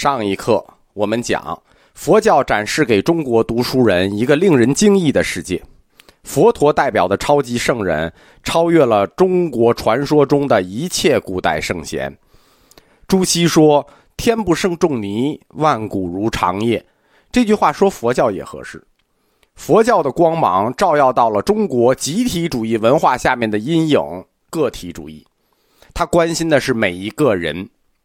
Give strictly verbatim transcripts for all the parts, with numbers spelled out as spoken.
上一课我们讲，佛教展示给中国读书人一个令人惊异的世界。佛陀代表的超级圣人超越了中国传说中的一切古代圣贤。朱熹说，天不生仲尼，万古如长夜。这句话说佛教也合适。佛教的光芒照耀到了中国集体主义文化下面的阴影，个体主义。他关心的是每一个人。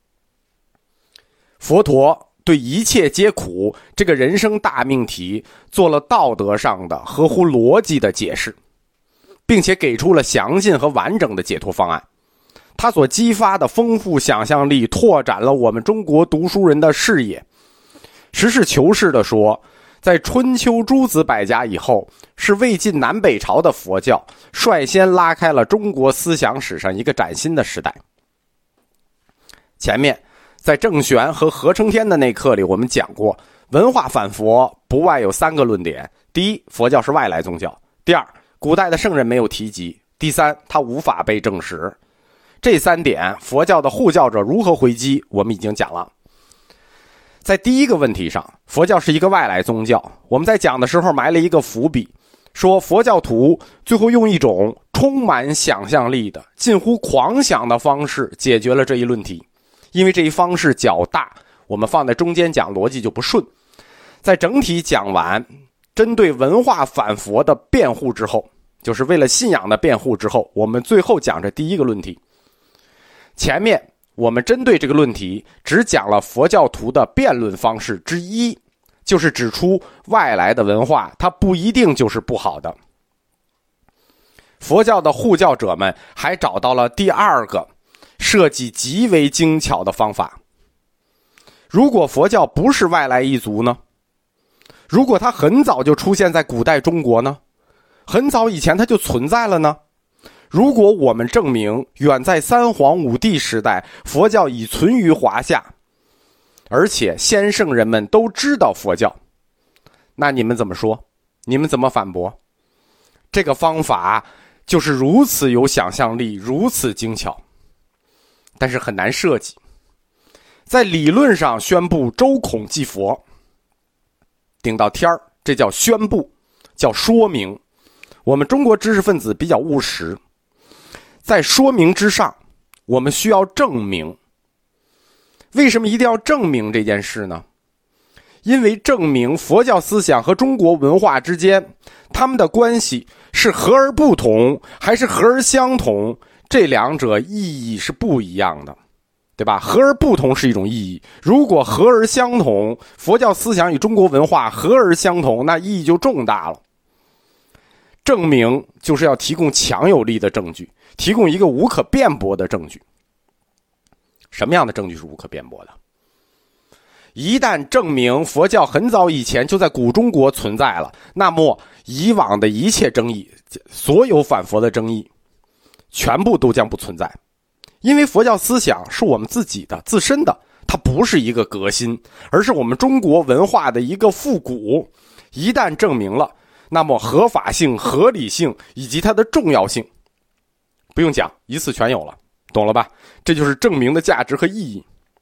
佛陀对一切皆苦这个人生大命题做了道德上的合乎逻辑的解释，并且给出了详尽和完整的解脱方案。他所激发的丰富想象力拓展了我们中国读书人的视野。实事求是地说，在春秋诸子百家以后，是魏晋南北朝的佛教率先拉开了中国思想史上一个崭新的时代。前面在正玄和合成天的那课里，我们讲过，文化反佛不外有三个论点：第一，佛教是外来宗教；第二，古代的圣人没有提及；第三，它无法被证实。这三点，佛教的护教者如何回击，我们已经讲了。在第一个问题上，佛教是一个外来宗教，我们在讲的时候埋了一个伏笔，说佛教徒最后用一种充满想象力的、近乎狂想的方式解决了这一论题。因为这一方式较大，我们放在中间讲逻辑就不顺。在整体讲完针对文化反佛的辩护之后，就是为了信仰的辩护之后，我们最后讲这第一个论题。前面我们针对这个论题只讲了佛教徒的辩论方式之一，就是指出外来的文化它不一定就是不好的。佛教的护教者们还找到了第二个设计极为精巧的方法。如果佛教不是外来一族呢？如果它很早就出现在古代中国呢？很早以前它就存在了呢？如果我们证明远在三皇五帝时代，佛教已存于华夏，而且先圣人们都知道佛教，那你们怎么说？你们怎么反驳？这个方法就是如此有想象力，如此精巧，但是很难设计。在理论上宣布周孔祭佛，顶到天儿，这叫宣布，叫说明。我们中国知识分子比较务实，在说明之上，我们需要证明。为什么一定要证明这件事呢？因为证明佛教思想和中国文化之间，他们的关系是和而不同，还是和而相同，这两者意义是不一样的，对吧？和而不同是一种意义，如果和而相同，佛教思想与中国文化和而相同，那意义就重大了。证明就是要提供强有力的证据，提供一个无可辩驳的证据。什么样的证据是无可辩驳的？一旦证明佛教很早以前就在古中国存在了，那么以往的一切争议，所有反佛的争议，全部都将不存在。因为佛教思想是我们自己的、自身的，它不是一个革新，而是我们中国文化的一个复古。一旦证明了，那么合法性、合理性以及它的重要性，不用讲，一次全有了，懂了吧？这就是证明的价值和意义。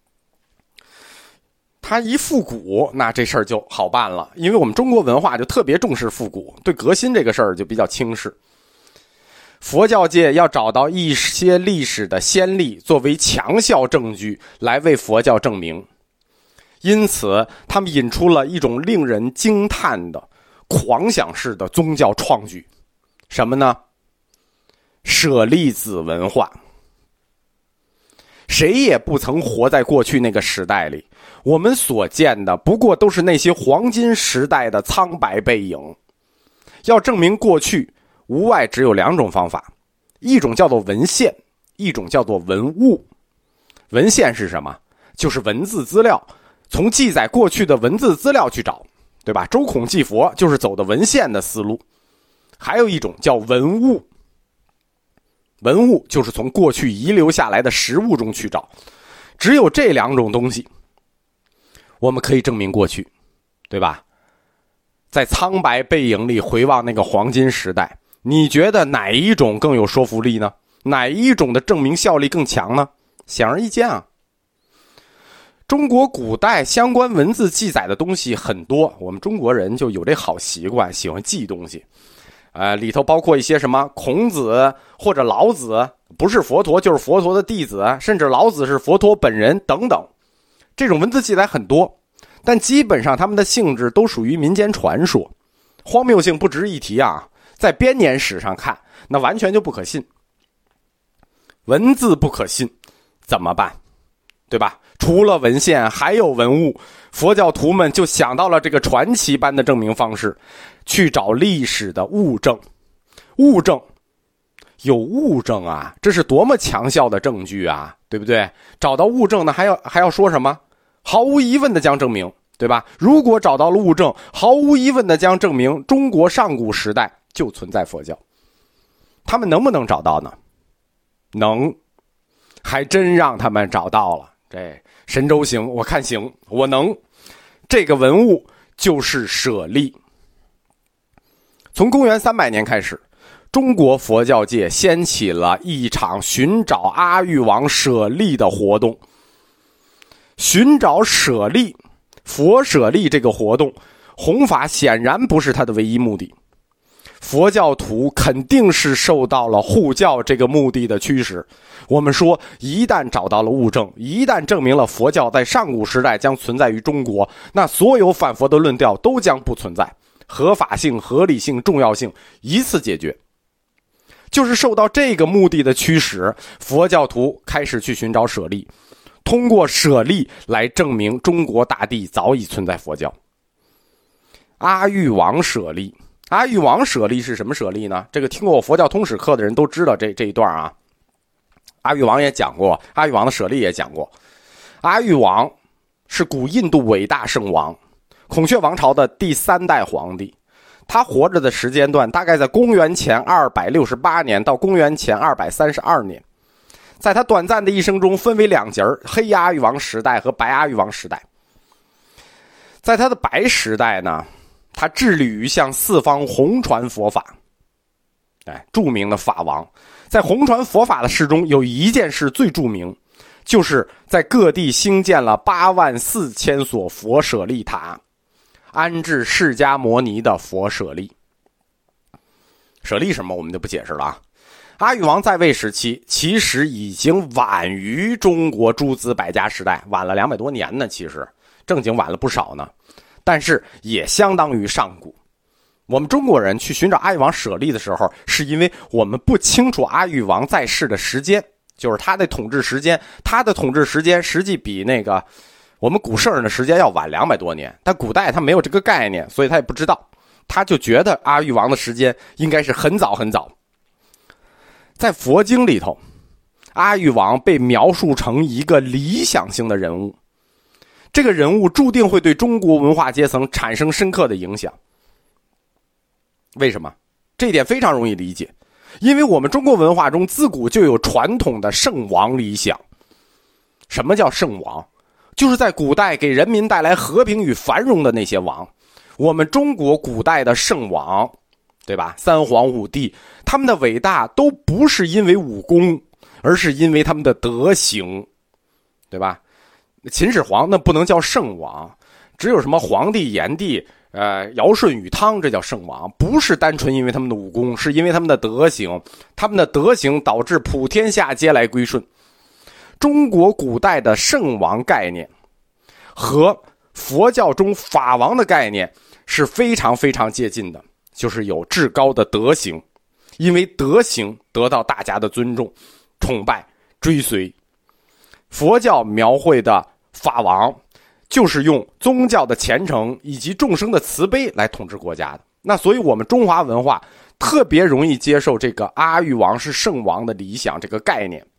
它一复古，那这事儿就好办了，因为我们中国文化就特别重视复古，对革新这个事儿就比较轻视。佛教界要找到一些历史的先例作为强效证据来为佛教证明，因此他们引出了一种令人惊叹的狂想式的宗教创举。什么呢？舍利子文化。谁也不曾活在过去那个时代里，我们所见的不过都是那些黄金时代的苍白背影。要证明过去，无外只有两种方法，一种叫做文献，一种叫做文物。文献是什么？就是文字资料，从记载过去的文字资料去找，对吧？周孔祭佛就是走的文献的思路。还有一种叫文物，文物就是从过去遗留下来的实物中去找。只有这两种东西，我们可以证明过去，对吧？在苍白背影里回望那个黄金时代，你觉得哪一种更有说服力呢？哪一种的证明效力更强呢？显而易见啊。 中国古代相关文字记载的东西很多，我们中国人就有这好习惯，喜欢记东西。呃，里头包括一些什么孔子或者老子，不是佛陀就是佛陀的弟子，甚至老子是佛陀本人等等。这种文字记载很多，但基本上他们的性质都属于民间传说，荒谬性不值一提啊。在编年史上看，那完全就不可信。文字不可信，怎么办？对吧？除了文献，还有文物。佛教徒们就想到了这个传奇般的证明方式，去找历史的物证。物证，有物证啊，这是多么强效的证据啊，对不对？找到物证呢，还要还要说什么？毫无疑问的将证明，对吧？如果找到了物证，毫无疑问的将证明中国上古时代就存在佛教。他们能不能找到呢？能，还真让他们找到了。这神州行，我看行，我能。这个文物就是舍利。从公元三百年开始，中国佛教界掀起了一场寻找阿育王舍利的活动。寻找舍利，佛舍利这个活动，弘法显然不是它的唯一目的。佛教徒肯定是受到了护教这个目的的驱使。我们说，一旦找到了物证，一旦证明了佛教在上古时代将存在于中国，那所有反佛的论调都将不存在，合法性、合理性、重要性一次解决。就是受到这个目的的驱使，佛教徒开始去寻找舍利，通过舍利来证明中国大地早已存在佛教。阿育王舍利，阿育王舍利是什么舍利呢？这个听过我佛教通史课的人都知道这这一段啊。阿育王也讲过，阿育王的舍利也讲过。阿育王是古印度伟大圣王，孔雀王朝的第三代皇帝。他活着的时间段大概在公元前二百六十八年到公元前二百三十二年。在他短暂的一生中分为两节，黑阿育王时代和白阿育王时代。在他的白时代呢，他致力于向四方弘传佛法，哎，著名的法王。在弘传佛法的事中，有一件事最著名，就是在各地兴建了八万四千所佛舍利塔，安置释迦摩尼的佛舍利。舍利什么我们就不解释了啊。阿育王在位时期其实已经晚于中国诸子百家时代，晚了两百多年呢，其实正经晚了不少呢，但是也相当于上古。我们中国人去寻找阿育王舍利的时候，是因为我们不清楚阿育王在世的时间，就是他的统治时间，他的统治时间实际比那个我们古圣人的时间要晚两百多年，但古代他没有这个概念，所以他也不知道，他就觉得阿育王的时间应该是很早很早。在佛经里头，阿育王被描述成一个理想性的人物，这个人物注定会对中国文化阶层产生深刻的影响。为什么？这一点非常容易理解，因为我们中国文化中自古就有传统的圣王理想。什么叫圣王？就是在古代给人民带来和平与繁荣的那些王。我们中国古代的圣王，对吧？三皇五帝，他们的伟大都不是因为武功，而是因为他们的德行，对吧？秦始皇那不能叫圣王，只有什么黄帝、炎帝、呃尧舜禹汤，这叫圣王，不是单纯因为他们的武功，是因为他们的德行，他们的德行导致普天下皆来归顺。中国古代的圣王概念和佛教中法王的概念是非常非常接近的，就是有至高的德行，因为德行得到大家的尊重、崇拜、追随。佛教描绘的法王就是用宗教的虔诚以及众生的慈悲来统治国家的。那所以我们中华文化特别容易接受这个阿育王是圣王的理想这个概念。